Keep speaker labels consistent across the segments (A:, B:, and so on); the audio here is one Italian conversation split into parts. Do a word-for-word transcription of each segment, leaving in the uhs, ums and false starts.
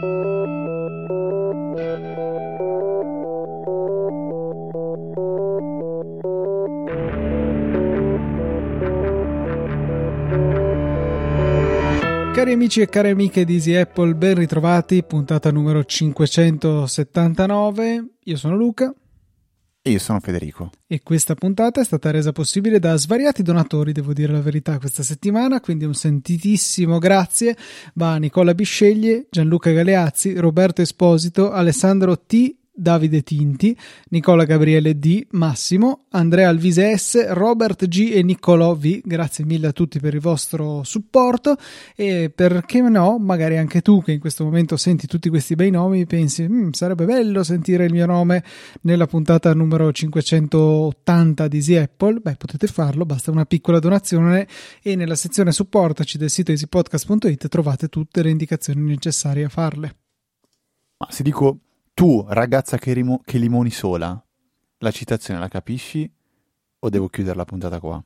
A: Cari amici e care amiche di Easy Apple, ben ritrovati, puntata numero cinquecentosettantanove. Io sono Luca.
B: E io sono Federico.
A: E questa puntata è stata resa possibile da svariati donatori, devo dire la verità, questa settimana, quindi un sentitissimo grazie va a Nicola Bisceglie, Gianluca Galeazzi, Roberto Esposito, Alessandro T, Davide Tinti, Nicola Gabriele D, Massimo, Andrea Alvise S, Robert G e Niccolò V. Grazie mille a tutti per il vostro supporto e perché no, magari anche tu che in questo momento senti tutti questi bei nomi pensi mm, sarebbe bello sentire il mio nome nella puntata numero cinquecentottanta di Easy Apple. Beh, potete farlo, basta una piccola donazione e nella sezione supportaci del sito easypodcast punto it trovate tutte le indicazioni necessarie a farle.
B: Ma se dico tu, ragazza che, rimo- che limoni sola, la citazione la capisci o devo chiudere la puntata qua?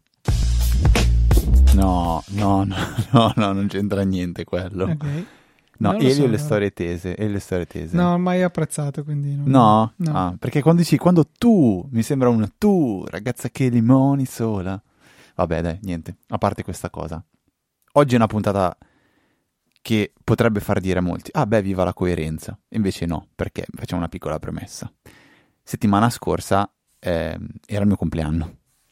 B: No, no, no, no, no, non c'entra niente quello.
A: Okay.
B: No,
A: Non
B: e
A: lo so,
B: io le
A: no.
B: storie tese, e le storie tese.
A: No, mai apprezzato, quindi non...
B: No?
A: no.
B: Ah, perché quando dici, quando tu, mi sembra un tu, ragazza che limoni sola. Vabbè, dai, niente, a parte questa cosa. Oggi è una puntata che potrebbe far dire a molti, ah beh, viva la coerenza. Invece no, perché facciamo una piccola premessa. Settimana scorsa eh, era il mio compleanno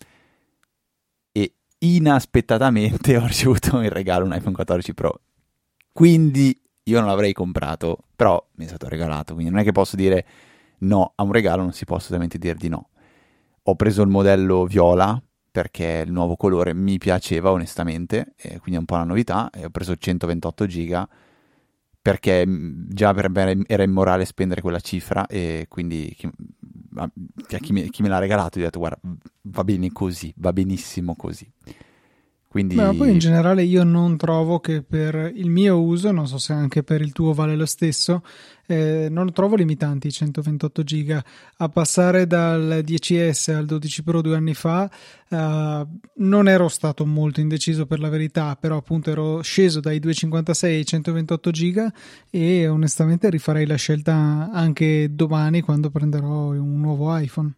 B: e inaspettatamente ho ricevuto in regalo un iPhone quattordici Pro. Quindi io non l'avrei comprato, però mi è stato regalato, quindi non è che posso dire no a un regalo, non si può assolutamente dire di no. Ho preso il modello viola, perché il nuovo colore mi piaceva onestamente, e quindi è un po' una novità, e ho preso centoventotto giga perché già per me era immorale spendere quella cifra e quindi chi, a chi, mi, chi me l'ha regalato gli ho detto guarda va bene così, va benissimo così. Quindi...
A: Beh, ma poi in generale io non trovo che per il mio uso, non so se anche per il tuo vale lo stesso, eh, non trovo limitanti i centoventotto giga. A passare dal dieci esse al dodici Pro due anni fa eh, non ero stato molto indeciso per la verità, però appunto ero sceso dai duecentocinquantasei ai centoventotto giga e onestamente rifarei la scelta anche domani quando prenderò un nuovo iPhone.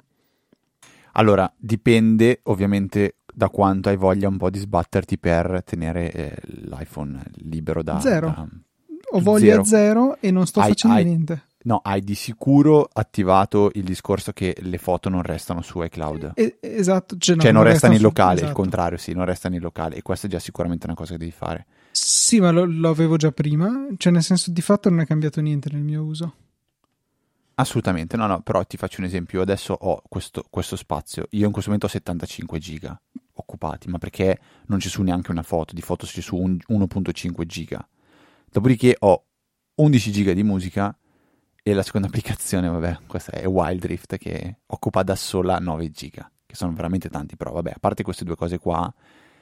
B: Allora, dipende ovviamente da quanto hai voglia un po' di sbatterti per tenere eh, l'iPhone libero da...
A: Zero.
B: Da...
A: Ho voglia
B: zero.
A: zero e non sto
B: hai,
A: facendo
B: hai...
A: niente.
B: No, hai di sicuro attivato il discorso che le foto non restano su iCloud.
A: Eh, esatto. Cioè, no,
B: cioè non, non restano in
A: su...
B: locale,
A: esatto.
B: il contrario, sì, non restano in locale. E questa è già sicuramente una cosa che devi fare.
A: Sì, ma lo, lo avevo già prima. Cioè nel senso, di fatto non è cambiato niente nel mio uso.
B: Assolutamente, no, no, però ti faccio un esempio. Adesso ho questo, questo spazio. Io in questo momento ho settantacinque giga occupati, ma perché non c'è su neanche una foto, di foto c'è su un, uno virgola cinque giga. Dopodiché ho undici giga di musica e la seconda applicazione, vabbè, questa è Wildrift che occupa da sola nove giga, che sono veramente tanti, però vabbè, a parte queste due cose qua,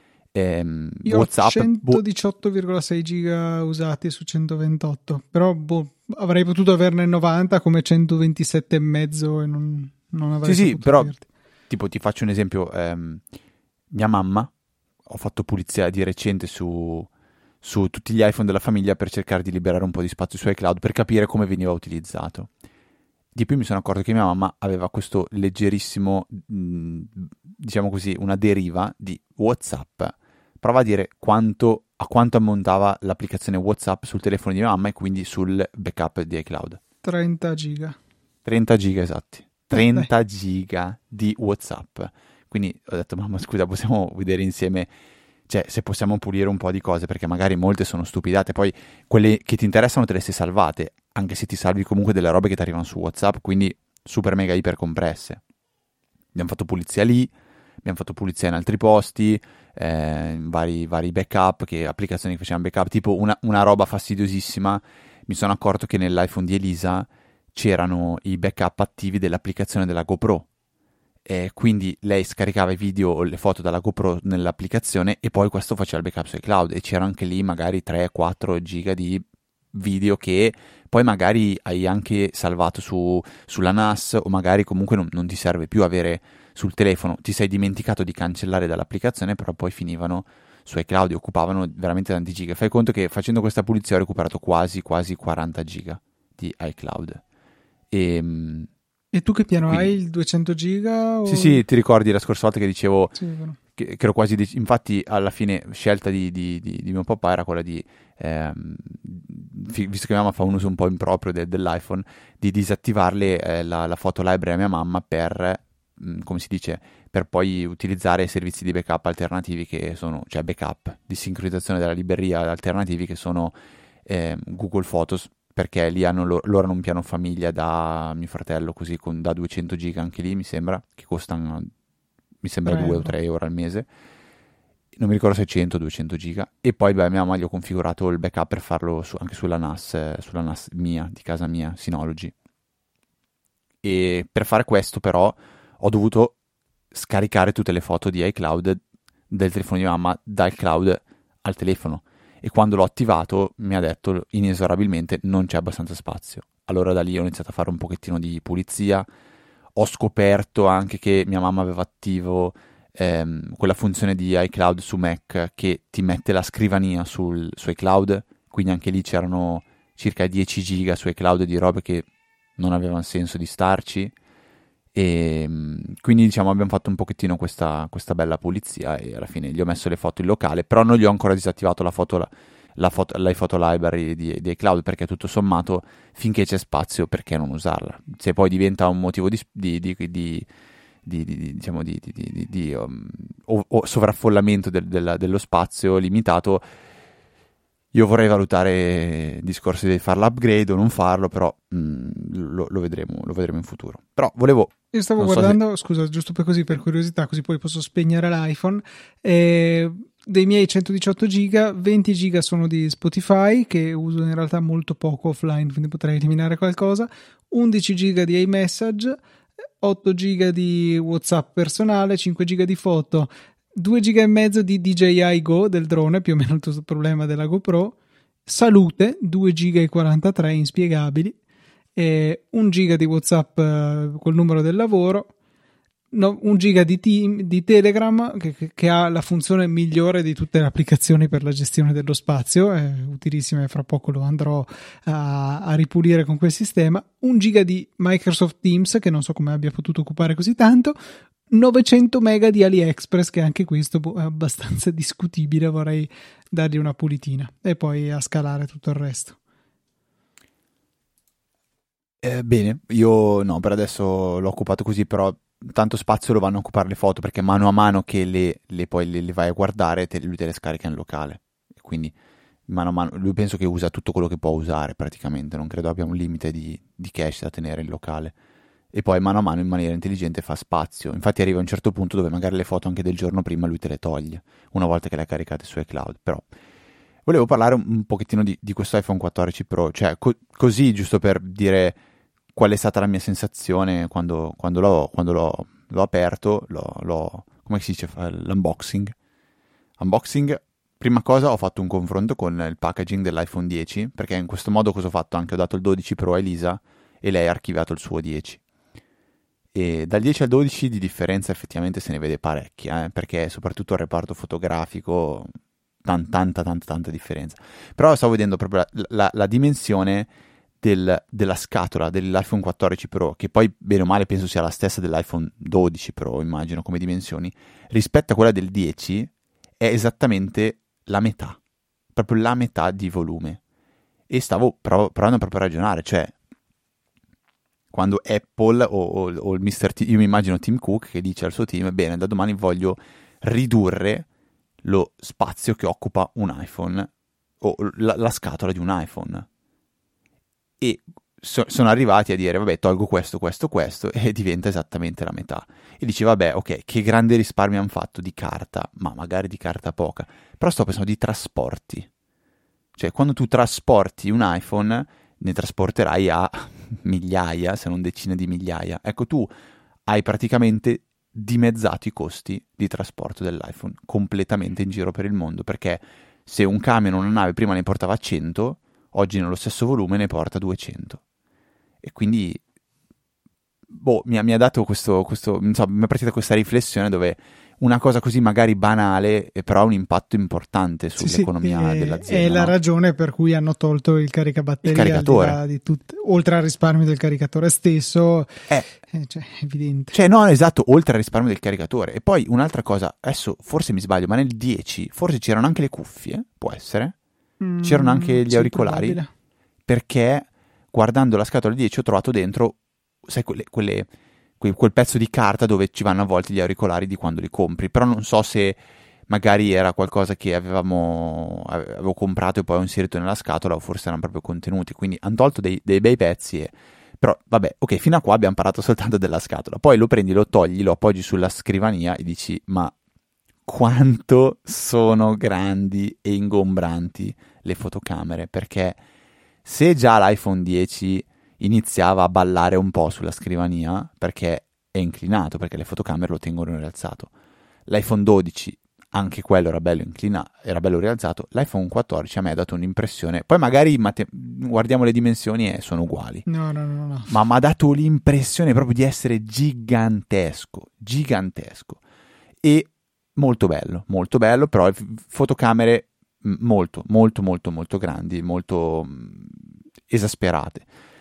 B: ehm,
A: io
B: WhatsApp...
A: ho centodiciotto virgola sei giga usati su centoventotto, però boh, avrei potuto averne novanta come centoventisette e mezzo e non, non avrei
B: sì,
A: potuto
B: sì, però
A: dirti.
B: Tipo ti faccio un esempio, ehm, mia mamma, ho fatto pulizia di recente su, su tutti gli iPhone della famiglia per cercare di liberare un po' di spazio su iCloud per capire come veniva utilizzato. Di più mi sono accorto che mia mamma aveva questo leggerissimo, mh, diciamo così, una deriva di WhatsApp. Prova a dire quanto, a quanto ammontava l'applicazione WhatsApp sul telefono di mia mamma e quindi sul backup di iCloud.
A: trenta giga.
B: trenta giga esatti. trenta
A: eh,
B: giga di WhatsApp. Quindi ho detto, mamma scusa, possiamo vedere insieme, cioè se possiamo pulire un po' di cose, perché magari molte sono stupidate, poi quelle che ti interessano te le sei salvate, anche se ti salvi comunque delle robe che ti arrivano su WhatsApp, quindi super mega iper compresse. Abbiamo fatto pulizia lì, abbiamo fatto pulizia in altri posti, eh, vari, vari backup, che applicazioni che facevano backup, tipo una, una roba fastidiosissima, mi sono accorto che nell'iPhone di Elisa c'erano i backup attivi dell'applicazione della GoPro. E quindi lei scaricava i video o le foto dalla GoPro nell'applicazione e poi questo faceva il backup su iCloud e c'era anche lì magari tre quattro giga di video che poi magari hai anche salvato su, sulla N A S o magari comunque non, non ti serve più avere sul telefono, ti sei dimenticato di cancellare dall'applicazione però poi finivano su iCloud e occupavano veramente tanti giga. Fai conto che facendo questa pulizia ho recuperato quasi quasi quaranta giga di iCloud. E,
A: e tu che piano
B: quindi,
A: hai? Il duecento giga? O...
B: Sì, sì, ti ricordi la scorsa volta che dicevo
A: sì,
B: che, che ero quasi... Di, infatti alla fine scelta di, di, di, di mio papà era quella di, ehm, visto che mia mamma fa un uso un po' improprio de, dell'iPhone, di disattivarle eh, la, la foto library a mia mamma per, mh, come si dice, per poi utilizzare servizi di backup alternativi che sono, cioè backup, di sincronizzazione della libreria alternativi che sono eh, Google Photos, perché lì hanno loro, loro hanno un piano famiglia da mio fratello, così con, da duecento giga anche lì, mi sembra, che costano, mi sembra due o tre euro al mese. Non mi ricordo se cento o duecento giga. E poi, beh, mia mamma gli ho configurato il backup per farlo su, anche sulla N A S, eh, sulla N A S mia, di casa mia, Synology. E per fare questo, però, ho dovuto scaricare tutte le foto di iCloud del telefono di mamma dal cloud al telefono. E quando l'ho attivato mi ha detto inesorabilmente non c'è abbastanza spazio. Allora da lì ho iniziato a fare un pochettino di pulizia. Ho scoperto anche che mia mamma aveva attivo ehm, quella funzione di iCloud su Mac che ti mette la scrivania sul, su iCloud, quindi anche lì c'erano circa dieci giga su iCloud di robe che non avevano senso di starci. E quindi diciamo abbiamo fatto un pochettino questa, questa bella pulizia e alla fine gli ho messo le foto in locale, però non gli ho ancora disattivato la foto, la, la foto, l'iPhoto library di, di iCloud, perché tutto sommato finché c'è spazio perché non usarla? Se poi diventa un motivo di, di, di, di, di, di diciamo di, di, di, di um, o, o sovraffollamento del, del, dello spazio limitato, io vorrei valutare discorsi di fare l'upgrade o non farlo, però mh, lo, lo, vedremo, lo vedremo in futuro. Però volevo...
A: Io stavo guardando, so se... scusa, giusto per così, per curiosità, così poi posso spegnere l'iPhone. Eh, dei miei centodiciotto giga, venti giga sono di Spotify, che uso in realtà molto poco offline, quindi potrei eliminare qualcosa. undici giga di iMessage, otto giga di WhatsApp personale, cinque giga di foto, due giga e mezzo di D J I Go del drone, più o meno il tuo problema della GoPro. Salute, due giga e quarantatré inspiegabili. Eh, un giga di WhatsApp eh, col numero del lavoro, no, un giga di, team, di Telegram che, che, che ha la funzione migliore di tutte le applicazioni per la gestione dello spazio, è utilissima e fra poco lo andrò a, a ripulire con quel sistema. Un giga di Microsoft Teams che non so come abbia potuto occupare così tanto, novecento mega di AliExpress, che anche questo è abbastanza discutibile, vorrei dargli una pulitina e poi a scalare tutto il resto.
B: Eh, bene, io no, per adesso l'ho occupato così, però tanto spazio lo vanno a occupare le foto, perché mano a mano che le, le poi le, le vai a guardare, te, lui te le scarica in locale. E quindi mano a mano, lui penso che usa tutto quello che può usare praticamente, non credo abbia un limite di, di cache da tenere in locale. E poi mano a mano in maniera intelligente fa spazio. Infatti arriva a un certo punto dove magari le foto anche del giorno prima lui te le toglie, una volta che le ha caricate su iCloud. Però volevo parlare un, un pochettino di, di questo iPhone quattordici Pro, cioè co- così giusto per dire qual è stata la mia sensazione quando, quando, l'ho, quando l'ho, l'ho aperto, l'ho, l'ho, come si dice, l'unboxing. Unboxing, prima cosa ho fatto un confronto con il packaging dell'iPhone dieci, perché in questo modo cosa ho fatto? Anche ho dato il dodici Pro a Elisa e lei ha archiviato il suo dieci. E dal dieci al dodici di differenza effettivamente se ne vede parecchia, eh, perché soprattutto il reparto fotografico, tan, tanta, tanta, tanta differenza. Però stavo vedendo proprio la, la, la dimensione del, della scatola dell'iPhone quattordici Pro, che poi bene o male penso sia la stessa dell'iPhone dodici Pro, immagino come dimensioni, rispetto a quella del dieci è esattamente la metà, proprio la metà di volume. E stavo prov- provando proprio a ragionare, cioè quando Apple o, o, o il mister T, io mi immagino Tim Cook che dice al suo team, bene, da domani voglio ridurre lo spazio che occupa un iPhone o la, la scatola di un iPhone. E so, sono arrivati a dire, vabbè, tolgo questo, questo, questo e diventa esattamente la metà. E dici, vabbè, ok, che grande risparmio hanno fatto di carta, ma magari di carta poca. Però sto pensando di trasporti. Cioè, quando tu trasporti un iPhone, ne trasporterai a migliaia, se non decine di migliaia. Ecco, tu hai praticamente dimezzato i costi di trasporto dell'iPhone completamente in giro per il mondo, perché se un camion o una nave prima ne portava cento, oggi nello stesso volume ne porta duecento. E quindi boh, mi ha, mi ha dato questo, questo insomma, mi è partita questa riflessione dove una cosa così magari banale, eh, però ha un impatto importante sull'economia
A: sì, sì,
B: dell'azienda.
A: È la
B: no?
A: ragione per cui hanno tolto il caricabatterie,
B: il caricatore.
A: Al di là di tut- oltre al risparmio del caricatore stesso,
B: Eh,
A: eh, cioè, è evidente.
B: Cioè, no, esatto, oltre al risparmio del caricatore. E poi un'altra cosa, adesso forse mi sbaglio, ma nel dieci forse c'erano anche le cuffie, può essere?
A: Mm,
B: C'erano anche gli
A: sì,
B: auricolari?
A: probabile.
B: Perché guardando la scatola dieci ho trovato dentro, sai, quelle, quelle, quel, quel pezzo di carta dove ci vanno avvolti gli auricolari di quando li compri. Però non so se magari era qualcosa che avevamo avevo comprato e poi ho inserito nella scatola, o forse erano proprio contenuti. Quindi hanno tolto dei, dei bei pezzi e... Però, vabbè, ok, fino a qua abbiamo parlato soltanto della scatola. Poi lo prendi, lo togli, lo appoggi sulla scrivania e dici, ma quanto sono grandi e ingombranti le fotocamere? Perché se già l'iPhone dieci iniziava a ballare un po' sulla scrivania, perché è inclinato, perché le fotocamere lo tengono rialzato, l'iPhone dodici anche quello era bello inclinato, era bello rialzato, l'iPhone quattordici a me ha dato un'impressione, poi magari mate- guardiamo le dimensioni e sono uguali,
A: No, no, no, no.
B: ma mi ha dato l'impressione proprio di essere gigantesco, gigantesco, e molto bello, molto bello, però f- fotocamere m- molto, molto, molto, molto grandi, molto mh, esasperate.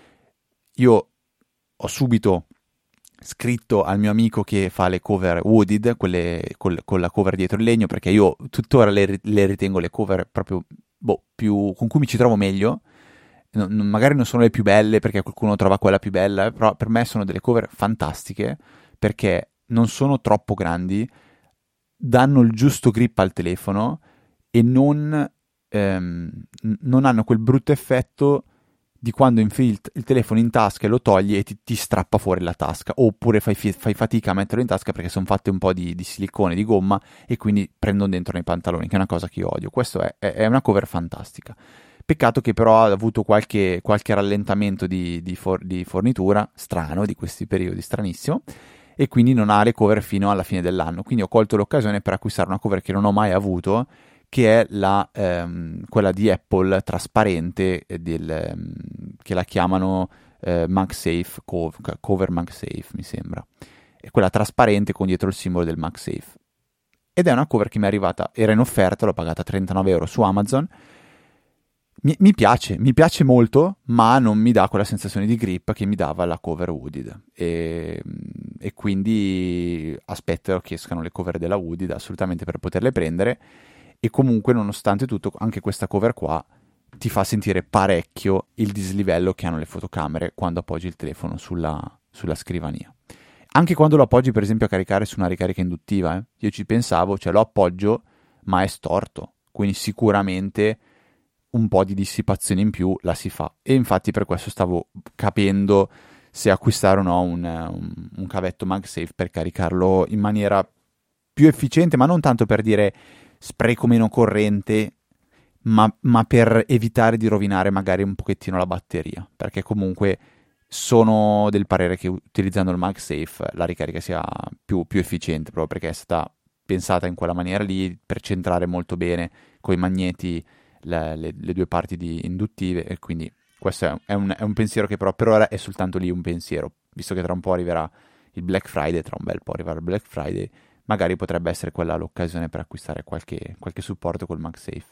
B: Io ho subito scritto al mio amico che fa le cover wooded, quelle col- con la cover dietro il legno, perché io tuttora le, ri- le ritengo le cover proprio boh, più con cui mi ci trovo meglio. No- non- magari non sono le più belle perché qualcuno trova quella più bella, però per me sono delle cover fantastiche perché non sono troppo grandi, danno il giusto grip al telefono e non, ehm, n- non hanno quel brutto effetto di quando infili il, il telefono in tasca e lo togli e ti, ti strappa fuori la tasca, oppure fai, fi- fai fatica a metterlo in tasca perché sono fatte un po' di, di silicone, di gomma, e quindi prendono dentro nei pantaloni, che è una cosa che io odio. Questa è, è, è una cover fantastica. Peccato che però ha avuto qualche, qualche rallentamento di, di, for- di fornitura, strano, di questi periodi, stranissimo, e quindi non ha le cover fino alla fine dell'anno. Quindi ho colto l'occasione per acquistare una cover che non ho mai avuto, che è la, ehm, quella di Apple trasparente, eh, del, ehm, che la chiamano eh, MagSafe, co- cover MagSafe mi sembra. È quella trasparente con dietro il simbolo del MagSafe. Ed è una cover che mi è arrivata, era in offerta, l'ho pagata trentanove euro su Amazon. Mi, mi piace, mi piace molto, ma non mi dà quella sensazione di grip che mi dava la cover Wooded. E, e quindi aspetto che escano le cover della Wooded assolutamente per poterle prendere. E comunque, nonostante tutto, anche questa cover qua ti fa sentire parecchio il dislivello che hanno le fotocamere quando appoggi il telefono sulla, sulla scrivania. Anche quando lo appoggi, per esempio, a caricare su una ricarica induttiva, eh. Io ci pensavo, cioè lo appoggio, ma è storto. Quindi sicuramente un po' di dissipazione in più la si fa. E infatti per questo stavo capendo se acquistare o no un, un, un cavetto MagSafe per caricarlo in maniera più efficiente, ma non tanto per dire spreco meno corrente, ma, ma per evitare di rovinare magari un pochettino la batteria, perché comunque sono del parere che utilizzando il MagSafe la ricarica sia più, più efficiente, proprio perché è stata pensata in quella maniera lì per centrare molto bene con i magneti le, le, le due parti di induttive, e quindi questo è un, è, un, è un pensiero che però per ora è soltanto lì un pensiero, visto che tra un po' arriverà il Black Friday, tra un bel po' arriverà il Black Friday, magari potrebbe essere quella l'occasione per acquistare qualche, qualche supporto col MagSafe.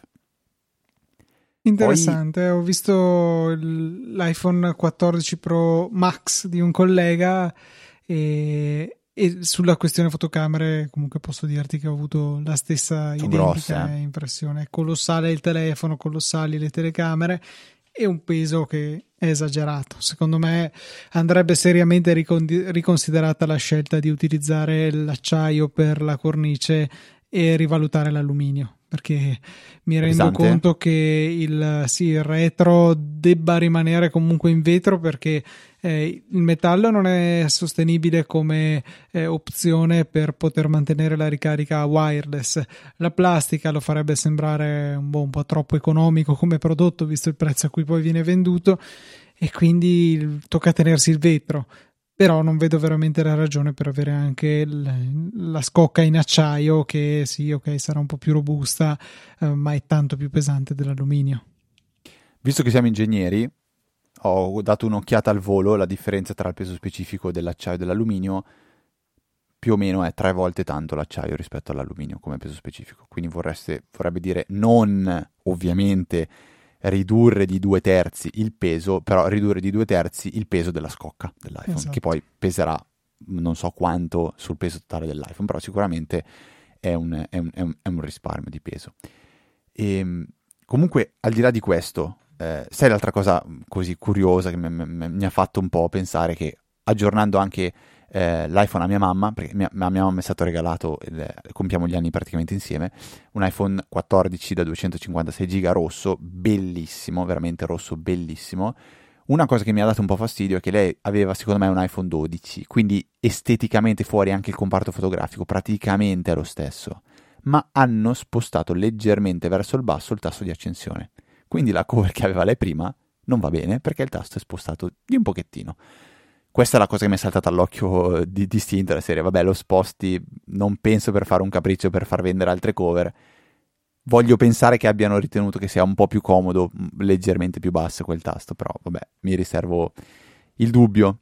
A: Interessante, Poi... ho visto l'iPhone quattordici Pro Max di un collega e, e sulla questione fotocamere comunque posso dirti che ho avuto la stessa
B: Sono
A: identica
B: grosse, eh.
A: impressione. È colossale il telefono, colossali le telecamere e un peso che è esagerato. Secondo me andrebbe seriamente ricon- riconsiderata la scelta di utilizzare l'acciaio per la cornice e rivalutare l'alluminio, perché mi rendo
B: Pesante?
A: conto che il, sì, il retro debba rimanere comunque in vetro, perché eh, il metallo non è sostenibile come eh, opzione per poter mantenere la ricarica wireless. La plastica lo farebbe sembrare un, boh, un po' troppo economico come prodotto, visto il prezzo a cui poi viene venduto, e quindi tocca tenersi il vetro. Però non vedo veramente la ragione per avere anche il, la scocca in acciaio, che sì, ok, sarà un po' più robusta, eh, ma è tanto più pesante dell'alluminio.
B: Visto che siamo ingegneri, ho dato un'occhiata al volo, la differenza tra il peso specifico dell'acciaio e dell'alluminio. più o meno è tre volte tanto l'acciaio rispetto all'alluminio come peso specifico, quindi vorreste, vorrebbe dire non ovviamente ridurre di due terzi il peso, però ridurre di due terzi il peso della scocca dell'iPhone,
A: Esatto.
B: che poi peserà non so quanto sul peso totale dell'iPhone, però sicuramente è un, è un, è un, è un risparmio di peso. E comunque, al di là di questo, eh, sai l'altra cosa così curiosa che mi, mi, mi ha fatto un po' pensare, che aggiornando anche eh, l'iPhone a mia mamma, perché mia, mia mamma mi è stato regalato, il, compiamo gli anni praticamente insieme, un iPhone quattordici da duecentocinquantasei giga rosso, bellissimo, veramente rosso, bellissimo. Una cosa che mi ha dato un po' fastidio è che lei aveva secondo me un iPhone dodici, quindi esteticamente fuori anche il comparto fotografico praticamente è lo stesso, ma hanno spostato leggermente verso il basso il tasto di accensione. Quindi la cover che aveva lei prima non va bene perché il tasto è spostato di un pochettino. Questa è la cosa che mi è saltata all'occhio di distinta, la serie, vabbè, lo sposti, non penso per fare un capriccio, per far vendere altre cover. Voglio pensare che abbiano ritenuto che sia un po' più comodo, leggermente più basso quel tasto, però vabbè, mi riservo il dubbio.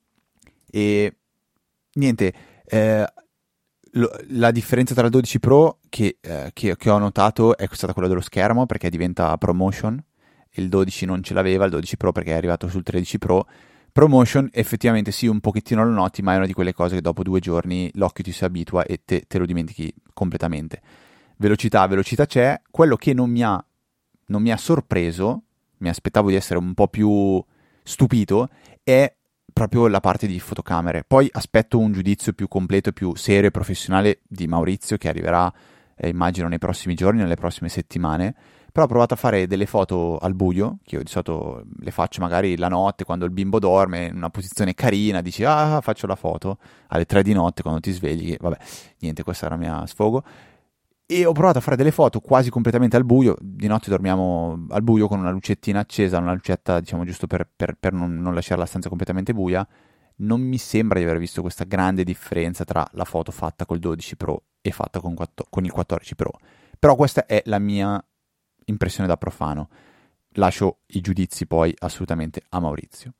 B: E niente, eh, lo, la differenza tra il dodici Pro che, eh, che, che ho notato è stata quella dello schermo, perché diventa ProMotion. Il dodici non ce l'aveva, il dodici Pro perché è arrivato sul tredici Pro. ProMotion effettivamente sì, un pochettino lo noti, ma è una di quelle cose che dopo due giorni l'occhio ti si abitua e te, te lo dimentichi completamente. Velocità, velocità c'è. Quello che non mi ha, non mi ha sorpreso, mi aspettavo di essere un po' più stupito, è proprio la parte di fotocamere. Poi aspetto un giudizio più completo, più serio e professionale di Maurizio, che arriverà, eh, immagino, nei prossimi giorni, nelle prossime settimane. Però ho provato a fare delle foto al buio, che io di solito le faccio magari la notte, quando il bimbo dorme, in una posizione carina, dici, ah, faccio la foto, alle tre di notte, quando ti svegli, che, vabbè, niente, questa era la mia sfogo. E ho provato a fare delle foto quasi completamente al buio. Di notte dormiamo al buio con una lucettina accesa, una lucetta, diciamo, giusto per, per, per non, non lasciare la stanza completamente buia. Non mi sembra di aver visto questa grande differenza tra la foto fatta col dodici Pro e fatta con, con il quattordici Pro. Però questa è la mia impressione da profano. Lascio i giudizi poi assolutamente a Maurizio.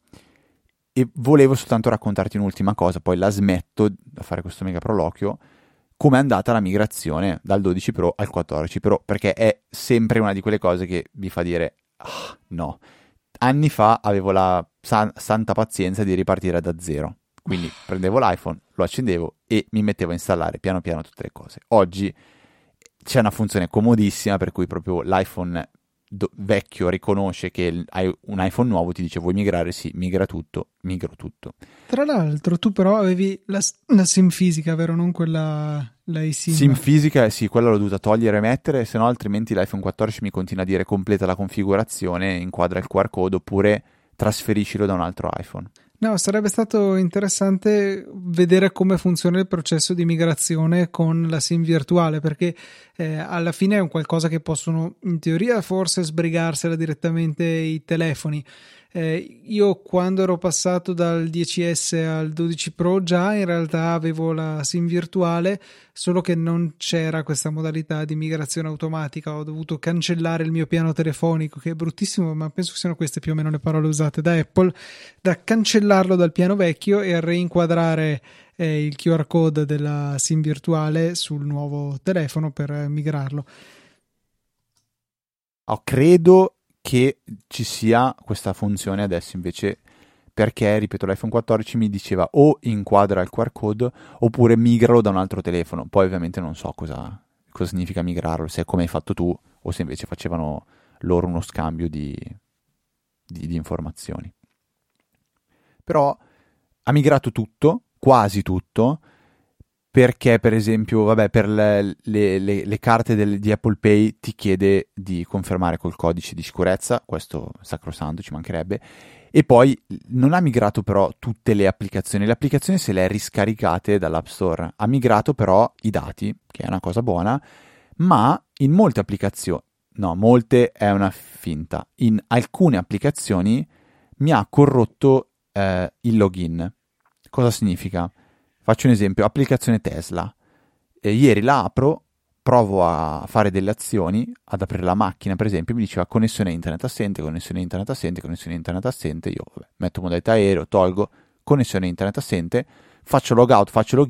B: E volevo soltanto raccontarti un'ultima cosa, poi la smetto da fare questo mega proloquio. Come è andata la migrazione dal dodici Pro al quattordici Pro, perché è sempre una di quelle cose che vi fa dire ah, no. Anni fa avevo la san- santa pazienza di ripartire da zero, quindi prendevo l'iPhone, lo accendevo e mi mettevo a installare piano piano tutte le cose. Oggi c'è una funzione comodissima per cui proprio l'iPhone do- vecchio riconosce che hai un iPhone nuovo, ti dice vuoi migrare? Sì, migra tutto, migro tutto.
A: Tra l'altro tu però avevi la, la SIM fisica, vero? Non quella, la eSIM.
B: SIM fisica, sì, quella l'ho dovuta togliere e mettere, se no altrimenti l'iPhone quattordici mi continua a dire completa la configurazione, inquadra il Q R code oppure trasferiscilo da un altro iPhone.
A: No, sarebbe stato interessante vedere come funziona il processo di migrazione con la SIM virtuale, perché eh, alla fine è un qualcosa che possono in teoria forse sbrigarsela direttamente i telefoni. Eh, io quando ero passato dal dieci S al dodici Pro già in realtà avevo la SIM virtuale, solo che non c'era questa modalità di migrazione automatica. Ho dovuto cancellare il mio piano telefonico, che è bruttissimo, ma penso che siano queste più o meno le parole usate da Apple, da cancellarlo dal piano vecchio e reinquadrare eh, il Q R code della SIM virtuale sul nuovo telefono per eh, migrarlo.
B: Oh, credo che ci sia questa funzione adesso invece, perché, ripeto, l'iPhone quattordici mi diceva o inquadra il Q R code oppure migralo da un altro telefono. Poi ovviamente non so cosa, cosa significa migrarlo, se è come hai fatto tu o se invece facevano loro uno scambio di, di, di informazioni. Però ha migrato tutto, quasi tutto, perché per esempio, vabbè, per le, le, le, le carte del, di Apple Pay ti chiede di confermare col codice di sicurezza, questo sacrosanto, ci mancherebbe, e poi non ha migrato però tutte le applicazioni, le applicazioni se le ha riscaricate dall'App Store, ha migrato però i dati, che è una cosa buona, ma in molte applicazioni, no, molte è una finta, in alcune applicazioni mi ha corrotto eh, il login. Cosa significa? Faccio un esempio, applicazione Tesla. Eh, ieri la apro, provo a fare delle azioni, ad aprire la macchina per esempio, mi diceva connessione internet assente, connessione internet assente, connessione internet assente, io vabbè, metto modalità aereo, tolgo, connessione internet assente, faccio logout, faccio login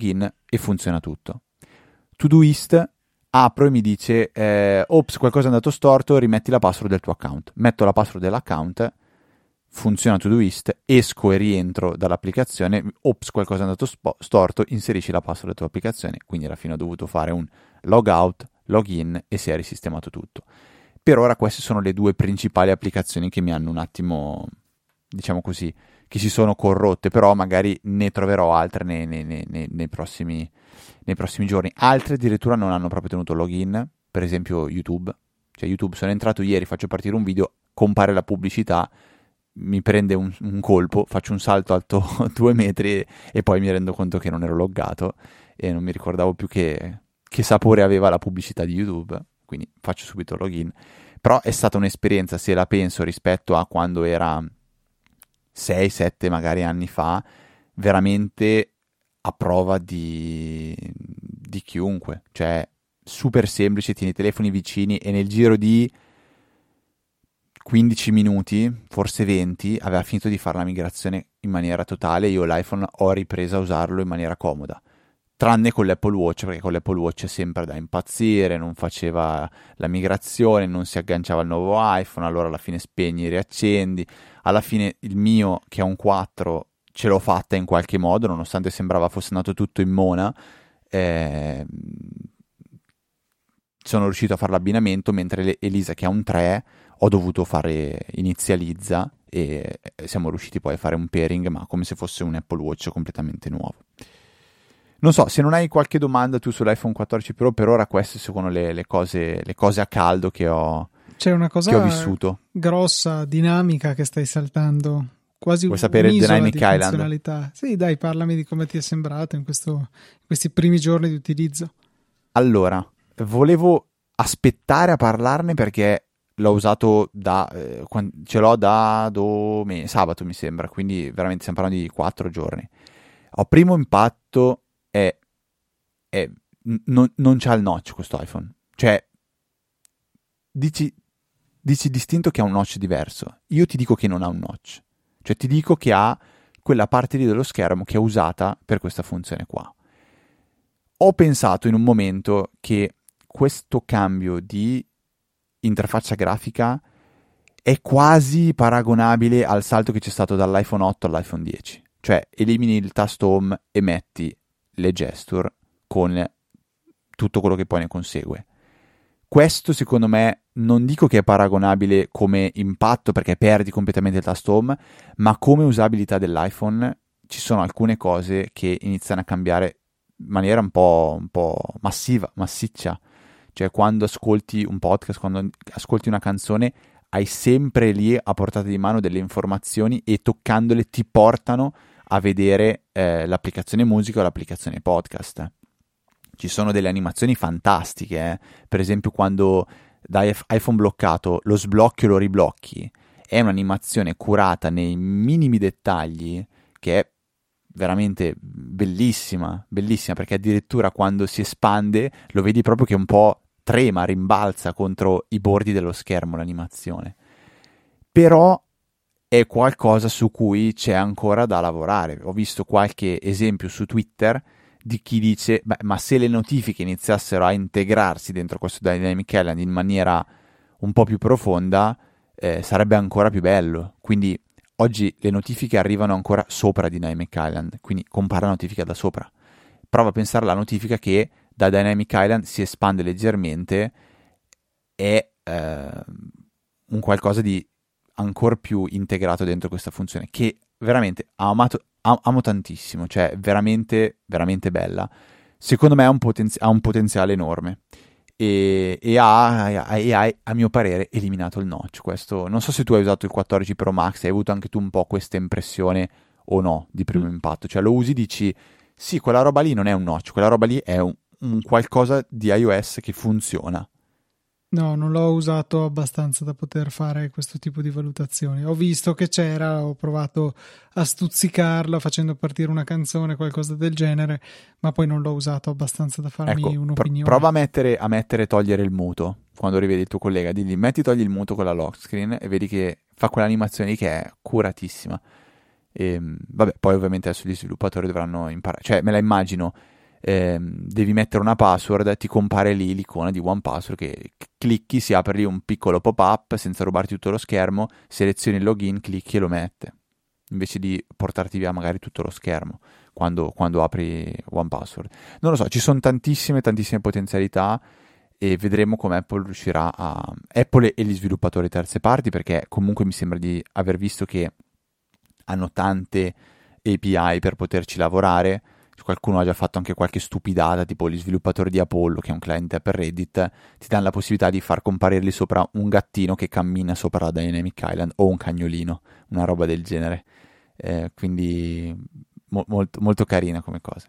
B: e funziona tutto. Todoist, apro e mi dice eh, ops, qualcosa è andato storto, rimetti la password del tuo account. Metto la password dell'account, funziona Todoist, esco e rientro dall'applicazione, ops, qualcosa è andato spo- storto, inserisci la password della tua applicazione. Quindi alla fine ho dovuto fare un logout, login e si è risistemato tutto. Per ora queste sono le due principali applicazioni che mi hanno un attimo, diciamo così, che si sono corrotte, però magari ne troverò altre nei, nei, nei, nei, nei, prossimi, nei prossimi giorni. Altre addirittura non hanno proprio tenuto login, per esempio YouTube. Cioè YouTube, sono entrato ieri, faccio partire un video, compare la pubblicità, mi prende un, un colpo, faccio un salto alto due metri e, e poi mi rendo conto che non ero loggato e non mi ricordavo più che, che sapore aveva la pubblicità di YouTube, quindi faccio subito login. Però è stata un'esperienza, se la penso rispetto a quando era sei sette magari anni fa, veramente a prova di, di chiunque. Cioè super semplice, tieni i telefoni vicini e nel giro di quindici minuti, forse venti, aveva finito di fare la migrazione in maniera totale. Io l'iPhone ho ripreso a usarlo in maniera comoda, tranne con l'Apple Watch, perché con l'Apple Watch è sempre da impazzire, non faceva la migrazione, non si agganciava al nuovo iPhone, allora alla fine spegni e riaccendi. Alla fine il mio, che è un quattro, ce l'ho fatta in qualche modo, nonostante sembrava fosse andato tutto in mona. Eh, sono riuscito a fare l'abbinamento, mentre Elisa, che ha un tre, ho dovuto fare inizializza e siamo riusciti poi a fare un pairing, ma come se fosse un Apple Watch completamente nuovo. Non so, se non hai qualche domanda tu sull'iPhone quattordici Pro, per ora queste sono le, le, cose, le cose a caldo che ho,
A: C'è una cosa
B: che ho vissuto.
A: grossa, dinamica che stai saltando, quasi
B: Vuoi sapere il
A: un'isola
B: Dynamic
A: di
B: Island?
A: funzionalità. Sì, dai, parlami di come ti è sembrato in, questo, in questi primi giorni di utilizzo.
B: Allora, volevo aspettare a parlarne perché l'ho usato da, eh, quan- ce l'ho da dome- sabato mi sembra, quindi veramente stiamo parlando di quattro giorni. Ho primo impatto è, è n- non, non c'ha il notch questo iPhone, cioè dici, dici distinto che ha un notch diverso, io ti dico che non ha un notch, cioè ti dico che ha quella parte lì dello schermo che è usata per questa funzione qua. Ho pensato in un momento che questo cambio di interfaccia grafica è quasi paragonabile al salto che c'è stato dall'iPhone otto all'iPhone dieci. Cioè elimini il tasto home e metti le gesture con tutto quello che poi ne consegue. Questo secondo me non dico che è paragonabile come impatto perché perdi completamente il tasto home, ma come usabilità dell'iPhone ci sono alcune cose che iniziano a cambiare in maniera un po', un po' massiva, massiccia. Cioè quando ascolti un podcast, quando ascolti una canzone, hai sempre lì a portata di mano delle informazioni e toccandole ti portano a vedere eh, l'applicazione musica o l'applicazione podcast. Ci sono delle animazioni fantastiche, eh? Per esempio quando dai iPhone bloccato lo sblocchi o lo riblocchi, è un'animazione curata nei minimi dettagli che è veramente bellissima, bellissima, perché addirittura quando si espande lo vedi proprio che un po' trema, rimbalza contro i bordi dello schermo l'animazione. Però è qualcosa su cui c'è ancora da lavorare. Ho visto qualche esempio su Twitter di chi dice beh, ma se le notifiche iniziassero a integrarsi dentro questo Dynamic Island in maniera un po' più profonda, eh, sarebbe ancora più bello. Quindi oggi le notifiche arrivano ancora sopra Dynamic Island, quindi compare la notifica da sopra. Prova a pensare alla notifica che da Dynamic Island si espande leggermente, è eh, un qualcosa di ancora più integrato dentro questa funzione, che veramente ho amato, am- amo tantissimo, cioè veramente, veramente bella. Secondo me ha un, potenzi- ha un potenziale enorme. E, e, ha, e ha, a mio parere, eliminato il notch. Questo, non so se tu hai usato il quattordici Pro Max, hai avuto anche tu un po' questa impressione o no di primo mm. impatto, cioè lo usi, dici sì, quella roba lì non è un notch, quella roba lì è un, un qualcosa di iOS che funziona.
A: No, non l'ho usato abbastanza da poter fare questo tipo di valutazioni. Ho visto che c'era, ho provato a stuzzicarla facendo partire una canzone, qualcosa del genere, ma poi non l'ho usato abbastanza da farmi
B: ecco,
A: un'opinione.
B: Prova a mettere, a mettere togliere il muto quando rivedi il tuo collega, digli metti togli il muto con la lock screen e vedi che fa quell'animazione che è curatissima. E, vabbè, poi ovviamente adesso gli sviluppatori dovranno imparare, cioè me la immagino eh, devi mettere una password, ti compare lì l'icona di one password che clicchi, si apre lì un piccolo pop-up senza rubarti tutto lo schermo, selezioni il login, clicchi e lo mette, invece di portarti via magari tutto lo schermo quando, quando apri one password. Non lo so, ci sono tantissime tantissime potenzialità e vedremo come Apple riuscirà a... Apple e gli sviluppatori terze parti, perché comunque mi sembra di aver visto che hanno tante A P I per poterci lavorare. Qualcuno ha già fatto anche qualche stupidata, tipo gli sviluppatori di Apollo, che è un cliente per Reddit, ti danno la possibilità di far comparirli sopra un gattino che cammina sopra la Dynamic Island o un cagnolino, una roba del genere. Eh, quindi mo- molto, molto carina come cosa.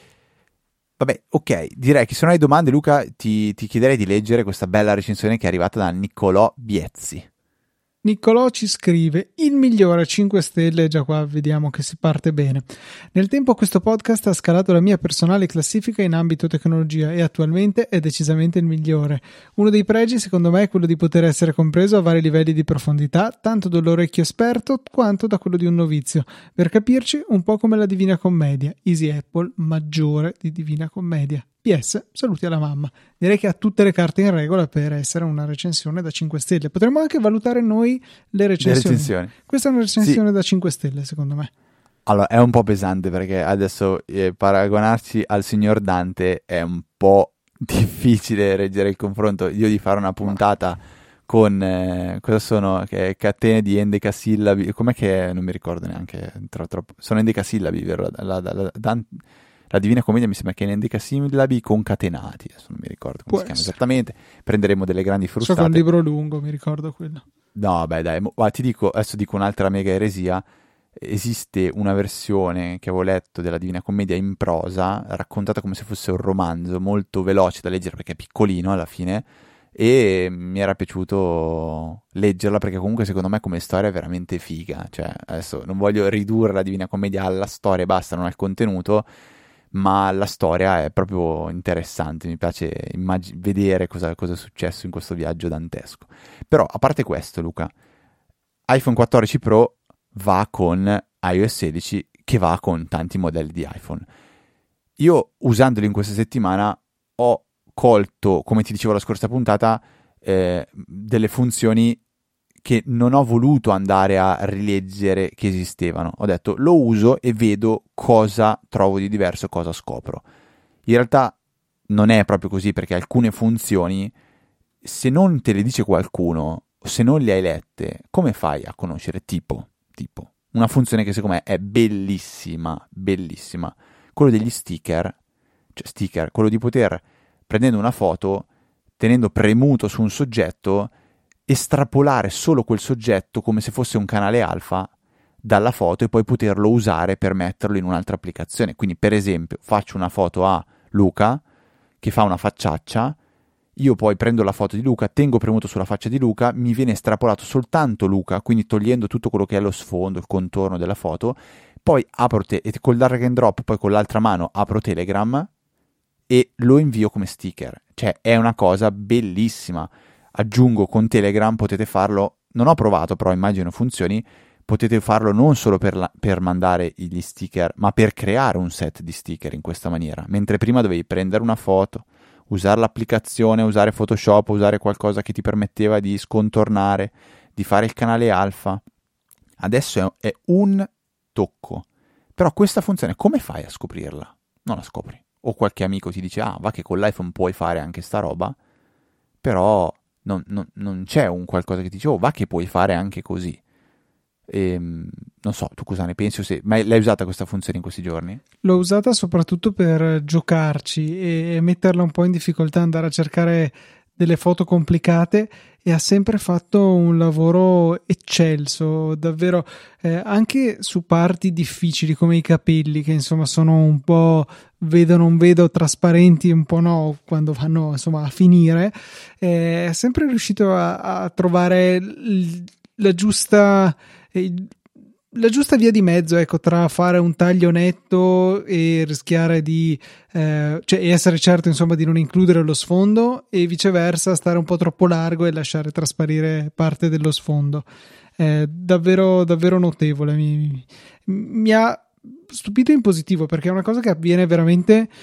B: Vabbè, ok, direi che se non hai domande, Luca, ti, ti chiederei di leggere questa bella recensione che è arrivata da Niccolò Biezzi.
A: Niccolò ci scrive: il migliore cinque stelle, già qua vediamo che si parte bene. Nel tempo questo podcast ha scalato la mia personale classifica in ambito tecnologia e attualmente è decisamente il migliore. Uno dei pregi secondo me è quello di poter essere compreso a vari livelli di profondità, tanto dall'orecchio esperto quanto da quello di un novizio. Per capirci, un po' come la Divina Commedia, Easy Apple maggiore di Divina Commedia. P S, saluti alla mamma. Direi che ha tutte le carte in regola per essere una recensione da cinque stelle. Potremmo anche valutare noi le recensioni.
B: Le recensioni.
A: Questa è una recensione
B: sì.
A: da cinque stelle, secondo me.
B: Allora, è un po' pesante perché adesso eh, paragonarci al signor Dante è un po' difficile reggere il confronto. Io di fare una puntata con eh, cosa sono? Che, catene di endecasillabi. Com'è che non mi ricordo neanche. Troppo, troppo. Sono endecasillabi, vero? La, la, la, Dante... La Divina Commedia mi sembra che in endecasillabi concatenati, adesso non mi ricordo come
A: Può
B: si chiama
A: essere.
B: esattamente, prenderemo delle grandi frustate.
A: So che è un libro lungo, mi ricordo quello.
B: No, beh dai, ma ti dico, adesso dico un'altra mega eresia, esiste una versione che avevo letto della Divina Commedia in prosa, raccontata come se fosse un romanzo, molto veloce da leggere perché è piccolino alla fine, e mi era piaciuto leggerla perché comunque secondo me come storia è veramente figa, cioè adesso non voglio ridurre la Divina Commedia alla storia e basta, non al contenuto, ma la storia è proprio interessante, mi piace immag- vedere cosa, cosa è successo in questo viaggio dantesco. Però, a parte questo, Luca, iPhone quattordici Pro va con i O S sedici, che va con tanti modelli di iPhone. Io, usandoli in questa settimana, ho colto, come ti dicevo la scorsa puntata, eh, delle funzioni che non ho voluto andare a rileggere che esistevano. Ho detto, lo uso e vedo cosa trovo di diverso, cosa scopro. In realtà non è proprio così, perché alcune funzioni, se non te le dice qualcuno, se non le hai lette, come fai a conoscere? Tipo, tipo, una funzione che secondo me è bellissima, bellissima. Quello degli sticker, cioè sticker, quello di poter, prendendo una foto, tenendo premuto su un soggetto, estrapolare solo quel soggetto come se fosse un canale alfa dalla foto e poi poterlo usare per metterlo in un'altra applicazione. Quindi, per esempio, faccio una foto a Luca che fa una facciaccia, io poi prendo la foto di Luca, tengo premuto sulla faccia di Luca, mi viene estrapolato soltanto Luca, quindi togliendo tutto quello che è lo sfondo, il contorno della foto, poi apro te- e col drag and drop, poi con l'altra mano apro Telegram e lo invio come sticker. Cioè, è una cosa bellissima. Aggiungo con Telegram, potete farlo, non ho provato però immagino funzioni, potete farlo non solo per, la, per mandare gli sticker, ma per creare un set di sticker in questa maniera, mentre prima dovevi prendere una foto, usare l'applicazione, usare Photoshop, usare qualcosa che ti permetteva di scontornare, di fare il canale alfa. Adesso è, è un tocco. Però questa funzione come fai a scoprirla? Non la scopri. O qualche amico ti dice, ah, va che con l'iPhone puoi fare anche sta roba, però non, non, non c'è un qualcosa che ti dice, oh, va che puoi fare anche così. E, non so, tu cosa ne pensi? Se, ma l'hai usata questa funzione in questi giorni?
A: L'ho usata soprattutto per giocarci e metterla un po' in difficoltà, andare a cercare delle foto complicate, e ha sempre fatto un lavoro eccelso, davvero, eh, anche su parti difficili come i capelli, che insomma sono un po' vedo non vedo, trasparenti, un po' no, quando vanno insomma a finire. Eh, è sempre riuscito a, a trovare l- la giusta eh, la giusta via di mezzo, ecco, tra fare un taglio netto e rischiare di eh, cioè essere certo insomma di non includere lo sfondo, e viceversa stare un po' troppo largo e lasciare trasparire parte dello sfondo. È davvero davvero notevole, mi, mi ha stupito in positivo, perché è una cosa che avviene veramente